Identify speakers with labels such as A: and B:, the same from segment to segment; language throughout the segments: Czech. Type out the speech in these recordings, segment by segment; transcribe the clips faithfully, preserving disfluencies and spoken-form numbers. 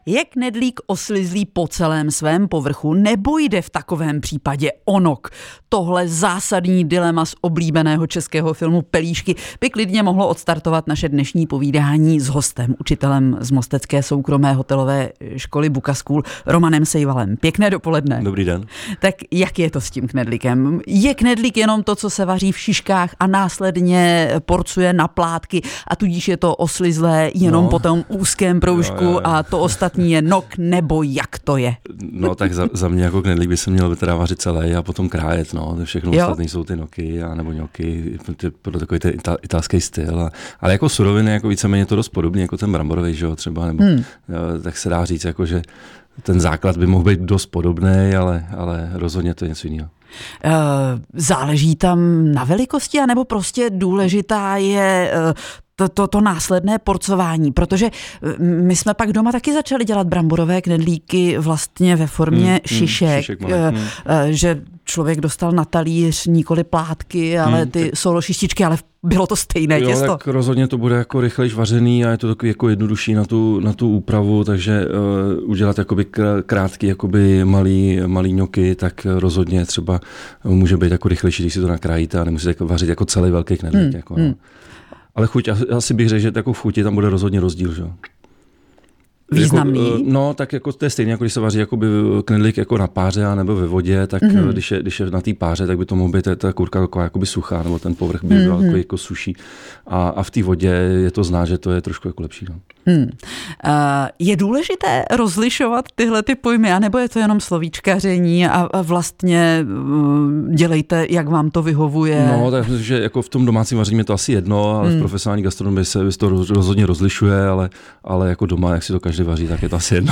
A: Je knedlík oslizlý po celém svém povrchu, nebo jde v takovém případě o nok? Tohle zásadní dilema z oblíbeného českého filmu Pelíšky by klidně mohlo odstartovat naše dnešní povídání s hostem, učitelem z mostecké soukromé hotelové školy Buka School, Romanem Sejvalem. Pěkné dopoledne.
B: Dobrý den.
A: Tak jak je to s tím knedlíkem? Je knedlík jenom to, co se vaří v šiškách a následně porcuje na plátky a tudíž je to oslizlé jenom no. po tom úzkém proužku jo, jo, jo. a to ostatní je nok, nebo jak to je?
B: No tak za, za mě jako knedlík by se měl teda vařit celý a potom krájet, no. Všechno jo. ostatní jsou ty noky a nebo ňoky, pro takový ten italský styl. A, ale jako suroviny, jako víceméně to dost podobný, jako ten bramborový, že jo, třeba, nebo hmm. tak se dá říct, jako, že ten základ by mohl být dost podobný, ale, ale rozhodně to je něco jiného.
A: Záleží tam na velikosti, anebo prostě důležitá je to, to, to následné porcování, protože my jsme pak doma taky začali dělat bramborové knedlíky vlastně ve formě hmm, šišek, hmm, šišek hmm. že člověk dostal na talíř nikoli plátky, ale ty hmm, solo šištičky, ale bylo to stejné
B: jo,
A: těsto.
B: Tak rozhodně to bude jako rychlejš vařený a je to takový jako jednodušší na tu, na tu úpravu, takže uh, udělat jakoby krátký, jakoby malý, malý ňoky, tak rozhodně třeba může být jako rychlejší, když si to nakrájíte a nemusíte jako vařit jako celý velký knedlík. Hmm, jako, hmm. no. Ale chuť, asi bych řekl, že jako v chuti tam bude rozhodně rozdíl, že jo.
A: Významný?
B: Jako, no, tak jako to je stejně, jako když se vaří jakoby knedlík jako na páře nebo ve vodě, tak mm-hmm. když, je, když je na té páře, tak by to mohlo být ta kurka taková jakoby suchá, nebo ten povrch by byl mm-hmm. jako suší. A, a v té vodě je to znát, že to je trošku jako lepší. No.
A: Hmm. Uh, je důležité rozlišovat tyhle ty pojmy, anebo je to jenom slovíčkaření a, a vlastně uh, dělejte, jak vám to vyhovuje?
B: No, tak myslím, že jako v tom domácím vaření je to asi jedno, ale hmm. v profesionální gastronomii se to rozhodně rozlišuje, ale, ale jako doma, jak si to každý vaří, tak je to asi jedno.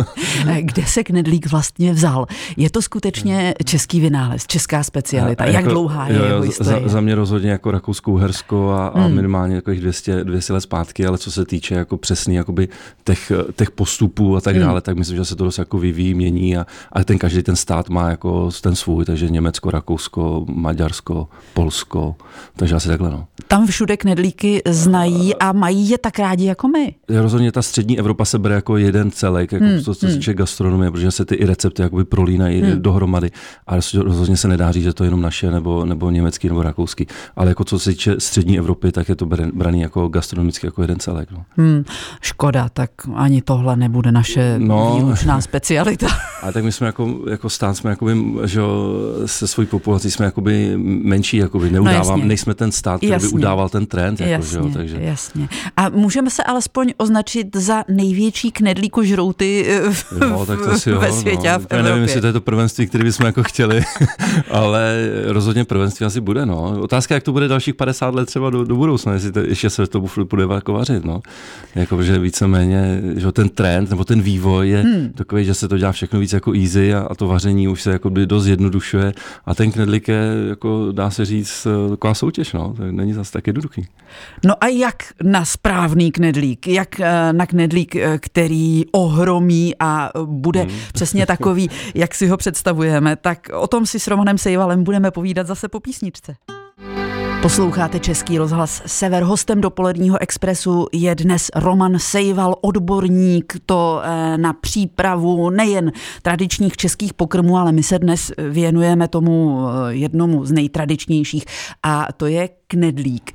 A: Kde se knedlík vlastně vzal? Je to skutečně český vynález, česká specialita? Jak
B: jako,
A: dlouhá je jo, jeho historie?
B: Za, za mě rozhodně jako Rakousko-Uhersko a, hmm. a minimálně takových dvě stě, dvě stě let zpátky, ale co se týče jako přesný jakoby těch, těch postupů a tak dále, hmm. tak myslím, že se to dost jako vyvíjí, mění a, a ten každý ten stát má jako ten svůj, takže Německo, Rakousko, Maďarsko, Polsko, takže asi takhle, no.
A: Tam všude knedlíky znají a mají je tak rádi jako my.
B: Rozhodně ta střední Evropa se bere jako jeden celek, jako hmm. to, co se týče gastronomie, protože se ty i recepty jakoby prolínají hmm. dohromady a rozhodně se nedá říct, že to je jenom naše nebo, nebo německý nebo rakouský, ale jako co se týče střední Evropy, tak je to braný jako gastronomicky jako jeden celek, no.
A: Hmm. Škoda, tak ani tohle nebude naše no, výlučná specialita.
B: A tak my jsme jako, jako stát, jsme jakoby, že se svojí populací jsme jakoby menší, jakoby neudávám, no nejsme ten stát, který jasně. by udával ten trend. Jako,
A: jasně,
B: že, takže.
A: jasně. A můžeme se alespoň označit za největší knedlíkožrouty
B: jo, tak to si, jo,
A: ve světě
B: no.
A: a v Evropě.
B: Já nevím, jestli to je to prvenství, které bychom jako chtěli, ale rozhodně prvenství asi bude. No. Otázka, jak to bude dalších padesát let třeba do, do budoucna, jestli to, ještě se to bude jako vařit. No. Jako, že víceméně, že ten trend nebo ten vývoj je hmm. takový, že se to dělá všechno víc jako easy a, a to vaření už se jako by dost jednodušuje a ten knedlík je, jako dá se říct, taková soutěž, no, to není zase tak jednoduchý.
A: No a jak na správný knedlík, jak na knedlík, který ohromí a bude hmm. přesně takový, jak si ho představujeme, tak o tom si s Romanem Sejvalem budeme povídat zase po písničce. Posloucháte Český rozhlas Sever. Hostem dopoledního Expressu je dnes Roman Sejval, odborník to na přípravu nejen tradičních českých pokrmů, ale my se dnes věnujeme tomu jednomu z nejtradičnějších a to je knedlík.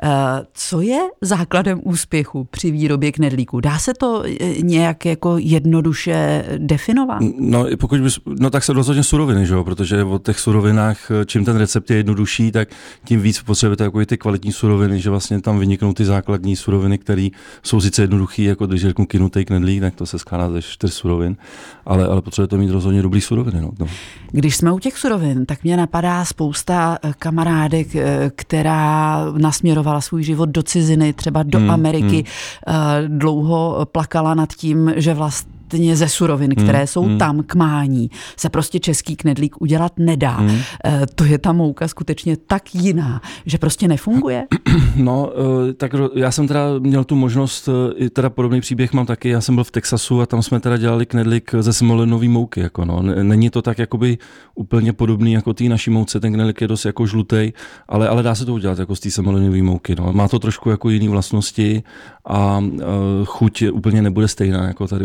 A: Co je základem úspěchu při výrobě knedlíku? Dá se to nějak jako jednoduše definovat?
B: No, pokud bys, no tak se rozhodně suroviny, že jo? Protože o těch surovinách, čím ten recept je jednodušší, tak tím víc potřebujete jako ty kvalitní suroviny, že vlastně tam vyniknou ty základní suroviny, které jsou sice jednoduché, jako když řeknu kynutý knedlík, tak to se skládá ze čtyř surovin, ale, ale potřebujete mít rozhodně dobrý suroviny. No, no.
A: Když jsme u těch surovin, tak mě napadá spousta kamarádek, která nasměrovala svůj život do ciziny, třeba do hmm, Ameriky, hmm. dlouho plakala nad tím, že vlastně ze surovin, které hmm, jsou hmm. tam k mání, se prostě český knedlík udělat nedá. Hmm. E, to je ta mouka skutečně tak jiná, že prostě nefunguje?
B: No, tak já jsem teda měl tu možnost, i teda podobný příběh mám taky, já jsem byl v Texasu a tam jsme teda dělali knedlík ze semolinový mouky, jako no. Není to tak jakoby úplně podobný jako té naší mouce, ten knedlík je dost jako žlutej, ale, ale dá se to udělat jako z té semolinové mouky, no. Má to trošku jako jiný vlastnosti a uh, chuť úplně nebude stejná jako tady u nás, ale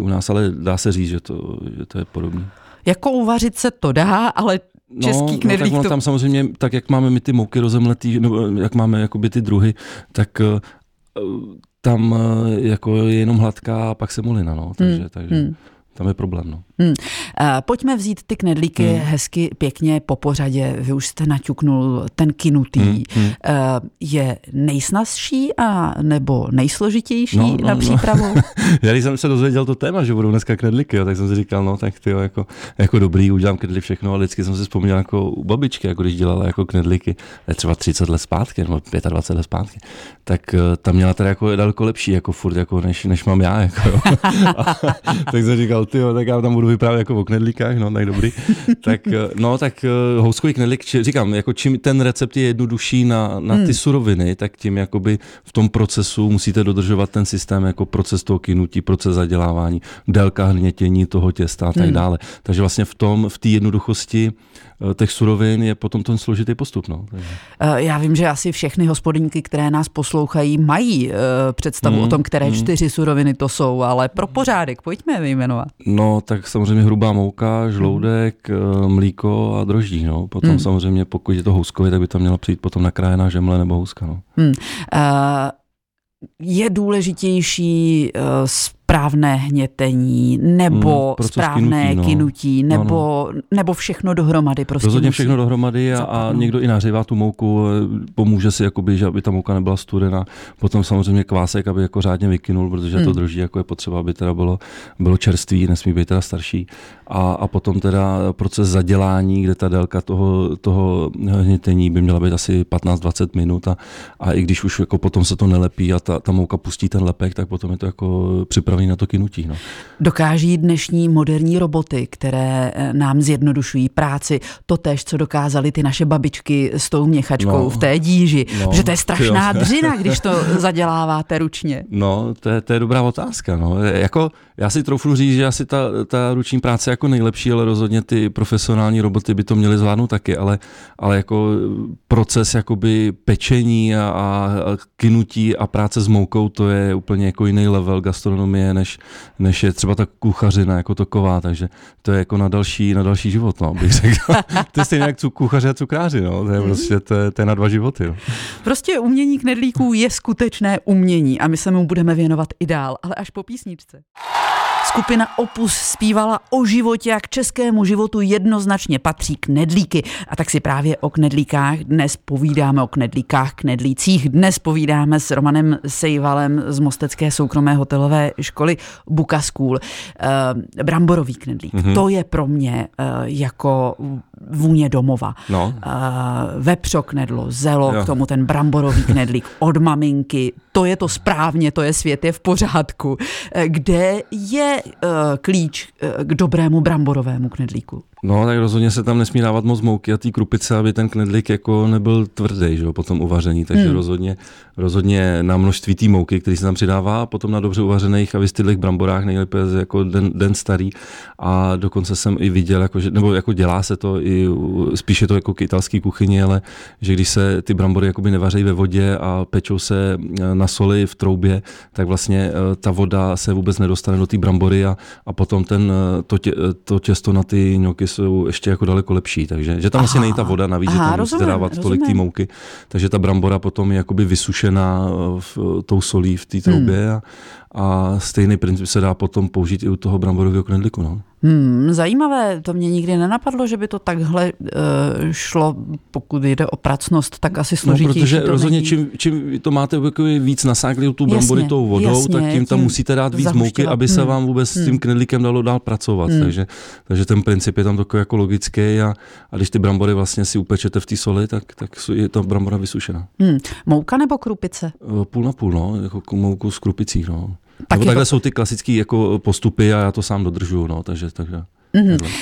B: dá se říct, že to, že to je podobné.
A: Jako uvařit se to dá, ale český
B: no,
A: knedlík...
B: No tak
A: to...
B: tam samozřejmě, tak jak máme my ty mouky rozemletý, nebo jak máme jakoby ty druhy, tak tam jako je jenom hladká a pak semolina, no, takže, hmm. takže hmm. tam je problém, no.
A: Hmm. Pojďme vzít ty knedlíky hmm. hezky, pěkně po pořadě. Vy už jste naťuknul ten kynutý. Hmm. Hmm. Je nejsnazší a nebo nejsložitější no, no, na přípravu?
B: No. Já když jsem se dozvěděl to téma, že budou dneska knedlíky, jo, tak jsem si říkal, no tak tyjo, jako, jako dobrý, udělám knedlíky všechno, a vždycky jsem si vzpomněl jako u babičky, jako když dělala jako knedlíky, třeba třicet let zpátky, nebo dvacet pět let zpátky, tak tam měla teda jako daleko lepší, jako furt, jako než, než mám já, jako jo. A, tak jsem říkal, tyjo, tak já tam budu vyprávět jako o knedlíkách, no tak dobrý. tak, no tak houskový knedlík, či, říkám, jako čím ten recept je jednodušší na, na ty hmm. suroviny, tak tím jakoby v tom procesu musíte dodržovat ten systém, jako proces toho kynutí, proces zadělávání, délka hnětění toho těsta a tak hmm. dále. Takže vlastně v tom, v té jednoduchosti těch surovin je potom ten složitý postup. No.
A: Já vím, že asi všechny hospodyňky, které nás poslouchají, mají představu hmm. o tom, které hmm. čtyři suroviny to jsou, ale pro pořádek pojďme je vyjmenovat.
B: No tak samozřejmě hrubá mouka, žloudek, hmm. mlíko a droždí. No. Potom hmm. samozřejmě, pokud je to houskový, tak by tam měla přijít potom nakrájená žemle nebo houska. No. Hmm. Uh,
A: je důležitější uh, správné hnětení, nebo hmm, správné kynutí, no. kynutí, nebo, no, no. nebo všechno dohromady. Prostě
B: rozhodně musí všechno dohromady a, a někdo i nahřívá tu mouku, pomůže si, jakoby, že aby ta mouka nebyla studená. Potom samozřejmě kvásek, aby jako řádně vykynul, protože hmm. to droždí jako je potřeba, aby teda bylo, bylo čerstvý, nesmí být teda starší. A, a potom teda proces zadělání, kde ta délka toho, toho hnětení by měla být asi patnáct dvacet minut a, a i když už jako potom se to nelepí a ta, ta mouka pustí ten lepek, tak potom je to jako připravený na to kynutí. No.
A: Dokáží dnešní moderní roboty, které nám zjednodušují práci, totéž, co dokázaly ty naše babičky s tou měchačkou no, v té díži. No, protože to je strašná dřina, když to zaděláváte ručně.
B: No, to je, to je dobrá otázka. No. Jako, já si troufnu říct, že asi ta, ta ruční práce je jako nejlepší, ale rozhodně ty profesionální roboty by to měly zvládnout taky, ale, ale jako proces jakoby pečení a, a kynutí a práce s moukou, to je úplně jako jiný level gastronomie, než, než je třeba ta kuchařina jako taková, takže to je jako na další, na další život, no, bych řekl. To je stejně jak kuchaři a cukráři, no, to je prostě to je, to je na dva životy. No.
A: Prostě umění knedlíků je skutečné umění a my se mu budeme věnovat i dál, ale až po písničce. Skupina Opus zpívala o životě, jak českému životu jednoznačně patří knedlíky. A tak si právě o knedlíkách dnes povídáme, o knedlíkách, knedlících. Dnes povídáme s Romanem Sejvalem z mostecké soukromé hotelové školy Buka School. E, bramborový knedlík, mm-hmm. to je pro mě e, jako vůně domova. No. E, vepřo knedlo, zelo, jo. K tomu ten bramborový knedlík od maminky. To je to správně, to je svět, je v pořádku. E, kde je klíč k dobrému bramborovému knedlíku?
B: No, tak rozhodně se tam nesmí dávat moc mouky a té krupice, aby ten knedlík jako nebyl tvrdý, že jo, po tom uvaření, takže hmm. rozhodně, rozhodně na množství té mouky, který se tam přidává, a potom na dobře uvařených a vystydlých bramborách, nejlépe jako den, den starý, a dokonce jsem i viděl, jako, že, nebo jako dělá se to i, spíše to jako k italský kuchyni, ale že když se ty brambory jakoby nevaří ve vodě a pečou se na soli v troubě, tak vlastně ta voda se vůbec nedostane do té brambory a, a potom ten, to, tě, to těsto na ty ňoky jsou ještě jako daleko lepší, takže že tam asi není ta voda, navíc, aha, že tam musíte dávat rozumím. Tolik té mouky, takže ta brambora potom je jakoby vysušená v, tou solí v té troubě hmm. a, a stejný princip se dá potom použít i u toho bramborového knedlíku. No.
A: Hmm, zajímavé, to mě nikdy nenapadlo, že by to takhle uh, šlo, pokud jde o pracnost, tak asi složitější.
B: No, protože
A: to
B: rozhodně
A: není...
B: čím, čím to máte víc nasáklý tu brambory tou vodou, jasně, tak tím tam tím musíte dát víc mouky, aby se hmm. vám vůbec hmm. s tím knedlíkem dalo dál pracovat. Hmm. Takže, takže ten princip je tam takový jako logický a, a když ty brambory vlastně si upečete v té soli, tak, tak je ta brambora vysušená.
A: Hmm. Mouka nebo krupice?
B: Půl na půl, no, jako mouku s krupicí, no. Tak nebo takhle to... jsou ty klasické jako postupy a já to sám dodržuju, no, takže, takže
A: mm-hmm. uh,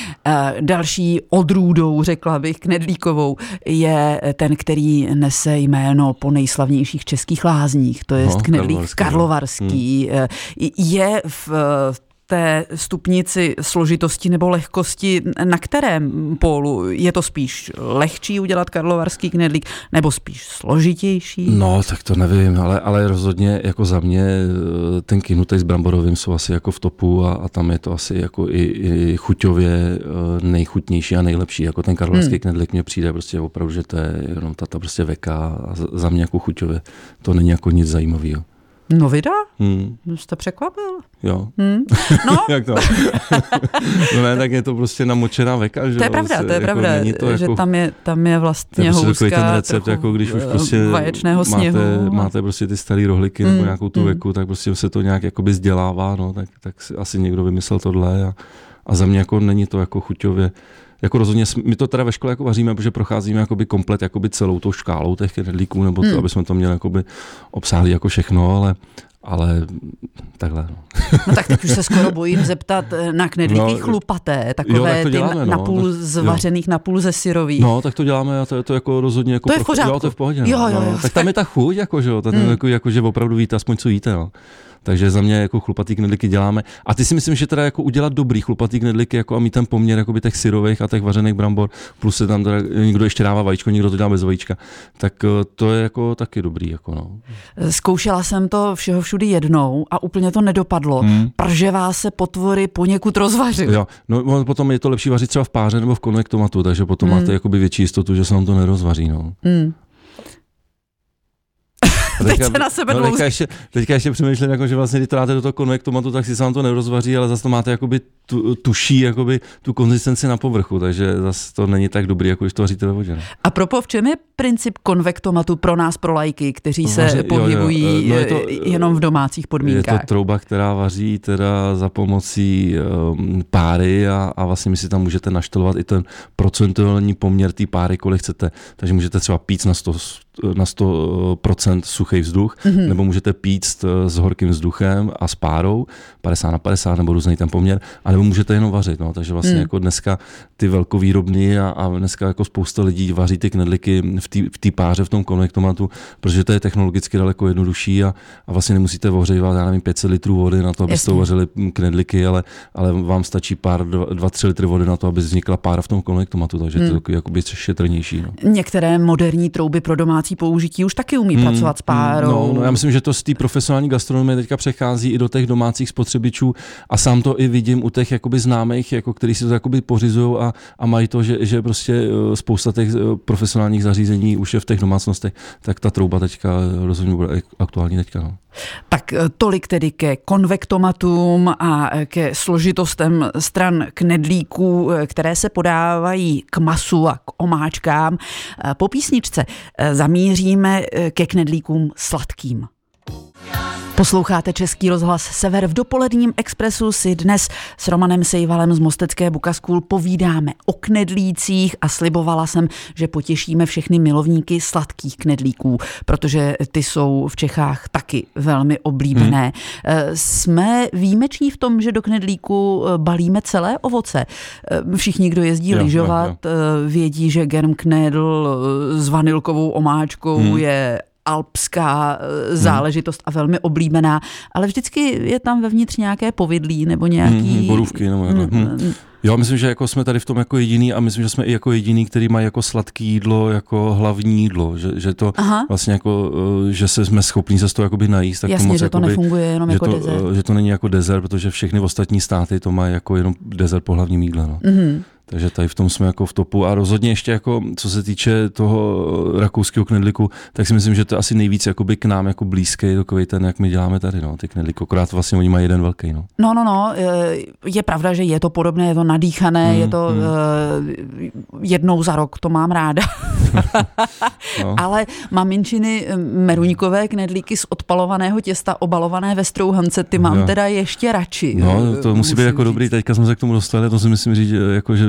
A: další odrůdou, řekla bych, knedlíkovou, je ten, který nese jméno po nejslavnějších českých lázních, to je no, knedlík karlovarský. karlovarský. Hmm. Je v té stupnici složitosti nebo lehkosti, na kterém pólu? Je to spíš lehčí udělat karlovarský knedlík, nebo spíš složitější?
B: No, tak to nevím, ale, ale rozhodně jako za mě ten kynutej s bramborovým jsou asi jako v topu a, a tam je to asi jako i, i chuťově nejchutnější a nejlepší. Jako ten karlovarský hmm. knedlík mně přijde prostě opravdu, že to je jenom ta, ta prostě veka a za mě jako chuťově to není jako nic zajímavého.
A: No vida?
B: Hmm.
A: Jste překvapil?
B: Jo.
A: Hmm. No.
B: Jak to? No ne, tak je to prostě namočená veka, že?
A: To je pravda, to je jako, pravda, že jako, tam, je, tam je vlastně je prostě houska,
B: ten recept, jako když už prostě
A: vaječného sněhu.
B: Máte, máte prostě ty starý rohlíky hmm. nebo nějakou tu veku, tak prostě se to nějak jakoby vzdělává, no, tak, tak asi někdo vymyslel tohle a, a za mě jako není to jako chuťově. Jako rozhodně, my to teda ve škole jako vaříme, protože procházíme jakoby komplet jakoby celou tou škálou těch knedlíků, nebo to, hmm. aby jsme to měli jakoby obsáhlý jako všechno, ale, ale takhle. No.
A: No tak teď už se skoro bojím zeptat na knedlíky no, chlupaté, takové jo, tak děláme, ty napůl no, zvařených, jo. napůl ze syrových.
B: No, tak to děláme a to je to jako rozhodně jako
A: to je v pořádku.
B: Jo, to je v pohodě. No.
A: Jo, jo, jo,
B: no, tak tam je ta chuť, jako, že, ten, hmm. jako, jako, že opravdu víte aspoň, co jíte. No. Takže za mě jako chlupatý knedlíky děláme. A ty si myslím, že teda jako udělat dobrý chlupatý knedlíky jako a mít ten poměr jakoby těch syrových a těch vařených brambor, plus se tam teda někdo ještě dává vajíčko, někdo to dá bez vajíčka. Tak to je jako taky dobrý. Jako no.
A: Zkoušela jsem to všeho všudy jednou a úplně to nedopadlo, hmm. protože vás se potvory poněkud rozvařily. Jo,
B: no potom je to lepší vařit třeba v páře nebo v konvektomatu, takže potom hmm. máte jakoby větší jistotu, že se vám to nerozvaří. No.
A: Hmm. Teďka, teď se na sebe
B: no, teďka, ještě, teďka ještě přemýšlím, jako, že vlastně, když to dáte do toho konvektomatu, tak si se vám to nerozvaří, ale zase to máte jakoby tu, tuší jakoby, tu konzistenci na povrchu, takže zase to není tak dobrý, jako když to vaříte ve vodě. Ne?
A: A propo, v čem je princip konvektomatu pro nás, pro lajky, kteří se Vaři, pohybují jo, jo. No je to, jenom v domácích podmínkách?
B: Je to trouba, která vaří teda za pomocí um, páry a, a vlastně my si tam můžete naštelovat i ten procentuální poměr té páry, kolik chcete. Takže můžete třeba pít na sto na sto procent suchý vzduch, mm-hmm. nebo můžete pít s horkým vzduchem a s párou, padesát na padesát nebo různý ten poměr, anebo můžete jenom vařit. No. Takže vlastně mm. jako dneska ty velkovýrobny a, a dneska jako spousta lidí vaří ty knedlíky v té páře, v tom konvektomatu, protože to je technologicky daleko jednodušší a, a vlastně nemusíte ohřívat, já nevím, pět set litrů vody na to, abyste uvařili knedlíky, ale, ale vám stačí pár, dva, tři litry vody na to, aby vznikla pára v tom konvektomatu, takže mm. to je jakoby šetrnější. No.
A: Některé moderní trouby pro domácí použití už taky umí hmm, pracovat s párou.
B: No, no, já myslím, že to z té profesionální gastronomie teďka přechází i do těch domácích spotřebičů a sám to i vidím u těch jakoby známých, jako, který si to jakoby pořizují a, a mají to, že, že prostě spousta těch profesionálních zařízení už je v těch domácnostech, tak ta trouba teďka rozhodně bude aktuální teďka. No.
A: Tak tolik tedy ke konvektomatům a ke složitostem stran knedlíků, které se podávají k masu a k omáčkám. Po písničce zamíříme ke knedlíkům sladkým. Posloucháte Český rozhlas Sever. V dopoledním expresu si dnes s Romanem Sejvalem z Mostecké Buka School povídáme o knedlících a slibovala jsem, že potěšíme všechny milovníky sladkých knedlíků, protože ty jsou v Čechách taky velmi oblíbené. Hmm. Jsme výjimeční v tom, že do knedlíku balíme celé ovoce. Všichni, kdo jezdí jo, lyžovat, jo, jo. vědí, že Germknedl s vanilkovou omáčkou hmm. je alpská záležitost a velmi oblíbená, ale vždycky je tam vevnitř nějaké povidlí nebo nějaký...
B: Hmm, borůvky nebo hmm. Jo, myslím, že jako jsme tady v tom jako jediný a myslím, že jsme i jako jediný, který má jako sladký jídlo, jako hlavní jídlo, že, že to Aha. vlastně jako, že se jsme schopní se z toho jakoby najíst. Tak
A: Jasně,
B: to moc
A: že
B: jakoby,
A: to nefunguje jenom
B: že
A: jako
B: to,
A: dezert.
B: Že to není jako dezert, protože všechny ostatní státy to mají jako jenom dezert po hlavním jídle. No.
A: Mm-hmm.
B: Takže tady v tom jsme jako v topu a rozhodně ještě jako, co se týče toho rakouského knedlíku, tak si myslím, že to je asi nejvíc jakoby k nám jako blízký takový ten, jak my děláme tady, no, ty knedlíky, akorát vlastně oni mají jeden velký, no.
A: No, no, no, je pravda, že je to podobné, je to nadýchané, mm, je to mm. jednou za rok, to mám ráda. no. Ale maminčiny meruňkové knedlíky z odpalovaného těsta obalované ve strouhance, ty mám jo. teda ještě radši.
B: No, to musí být jako dobrý, teďka jsme se k tomu dostali, to si myslím říct, jako, že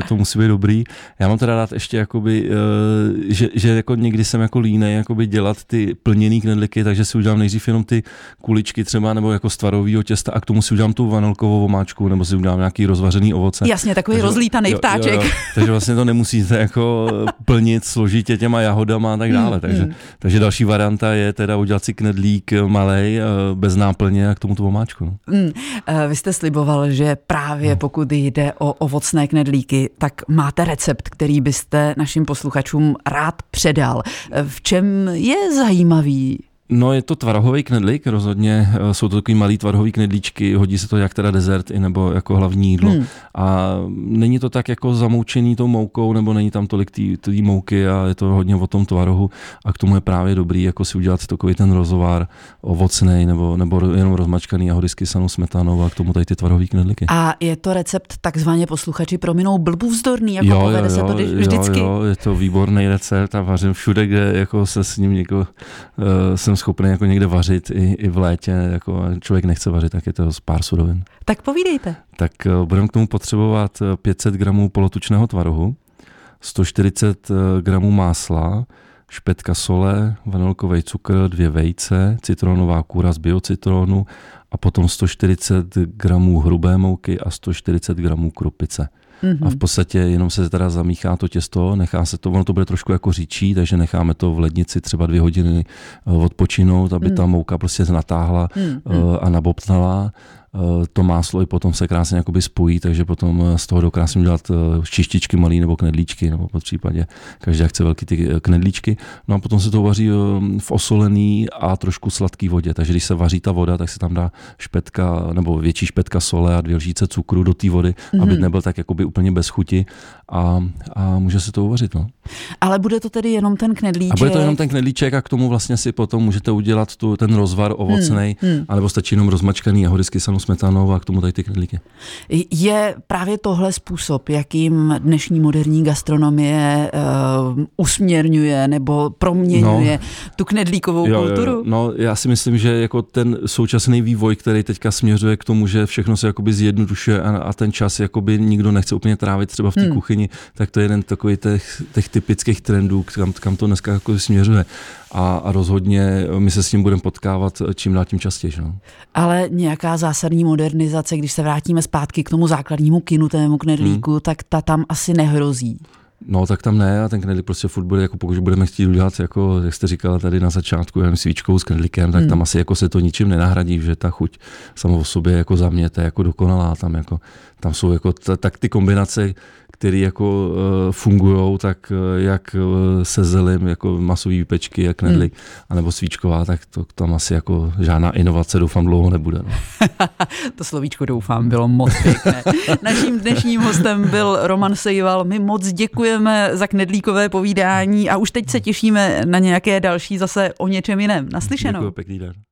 B: to musí být dobrý. Já mám teda rád ještě jakoby, že, že jako někdy jsem jako línej jakoby dělat ty plněný knedlíky, takže si udělám nejdřív jenom ty kuličky třeba nebo jako z tvarového těsta a k tomu si udělám tu vanilkovou omáčku nebo si udělám nějaký rozvařený ovoce.
A: Jasně, takový takže, rozlítaný ptáček. Jo, jo,
B: takže vlastně to nemusíte jako plnit složitě těma jahodama a tak dále. Mm, takže, mm. takže další varianta je teda udělat si knedlík malej, bez náplně a k tomu tu omáčku. No.
A: Mm. Vy jste sliboval, že právě pokud jde o ovocné knedlíky, tak máte recept, který byste našim posluchačům rád předal. V čem je zajímavý?
B: No je to tvarohový knedlík, rozhodně jsou to takový malý tvarohový knedlíčky, hodí se to jak teda dezert, i nebo jako hlavní jídlo. Hmm. A není to tak jako zamoučený tou moukou, nebo není tam tolik té mouky a je to hodně o tom tvarohu a k tomu je právě dobrý jako si udělat takový ten rozovár ovocnej nebo, nebo jenom rozmačkaný jahody s kysanou smetanou a k tomu tady ty tvarohový knedlíky.
A: A je to recept takzvaně posluchači prominou blbůvzdorný, jako jo, povede jo, se to vždycky?
B: Jo, jo, je to výborný recept a vařím všude, kde jako se s ním někdo uh, jsem schopný jako někde vařit i, i v létě, jako člověk nechce vařit, tak je to z pár surovin.
A: Tak povídejte.
B: Tak uh, budeme k tomu potřebovat pět set gramů polotučného tvarohu, sto čtyřicet gramů másla, špetka sole, vanilkový cukr, dvě vejce, citronová kůra z biocitronu a potom sto čtyřicet gramů hrubé mouky a sto čtyřicet gramů krupice. Mm-hmm. A v podstatě jenom se teda zamíchá to těsto, nechá se to, ono to bude trošku jako říčí, takže necháme to v lednici třeba dvě hodiny odpočinout, aby mm. ta mouka prostě se natáhla mm. a nabobtnala. To máslo i potom se krásně jakoby spojí, takže potom z toho jdou krásně udělat čištičky malý nebo knedlíčky, nebo v případě každý chce velký ty knedlíčky. No a potom se to vaří v osolený a trošku sladký vodě, takže když se vaří ta voda, tak se tam dá špetka nebo větší špetka sole a dvě lžíce cukru do té vody, mm-hmm. aby nebyl tak jakoby úplně bez chuti a, a může se to uvařit. No.
A: Ale bude to tedy jenom ten knedlíček?
B: A bude to jenom ten knedlíček a k tomu vlastně si potom můžete udělat tu, ten rozvar ovocnej, hmm, hmm. anebo stačí jenom rozmačkaný jahody s kysanou smetanou a k tomu tady ty knedlíky.
A: Je právě tohle způsob, jakým dnešní moderní gastronomie uh, usměrňuje nebo proměňuje no, tu knedlíkovou
B: jo,
A: kulturu?
B: Jo, no, já si myslím, že jako ten současný vývoj, který teďka směřuje k tomu, že všechno se jakoby zjednodušuje a, a ten čas jakoby nikdo nechce úplně trávit třeba v té hmm. kuchyni, tak to je jeden takový těch, těch typických trendů, kam, kam to dneska jako směřuje. A, a rozhodně my se s tím budeme potkávat čím dál tím častěji. No.
A: Ale nějaká zásadní modernizace, když se vrátíme zpátky k tomu základnímu kynutému knedlíku, hmm. tak ta tam asi nehrozí.
B: No tak tam ne a ten knedlík prostě furt bude, jako pokud budeme chtít udělat, jako jak jste říkala tady na začátku, jen svíčkou s knedlíkem, tak hmm. tam asi jako se to ničím nenahradí, že ta chuť samo o sobě jako za mě, to je jako dokonalá, tam jako, tam jsou jako t- tak ty kombinace, které jako uh, fungujou, tak uh, jak uh, se zelím, jako masový výpečky a knedlík, hmm. anebo svíčková, tak to tam asi jako žádná inovace doufám dlouho nebude. No.
A: To slovíčko doufám bylo moc pěkné. Naším dnešním hostem byl Roman Sejval. My moc děkujeme za knedlíkové povídání a už teď se těšíme na nějaké další zase o něčem jiném. Naslyšenou.
B: Děkuji, pěkný den.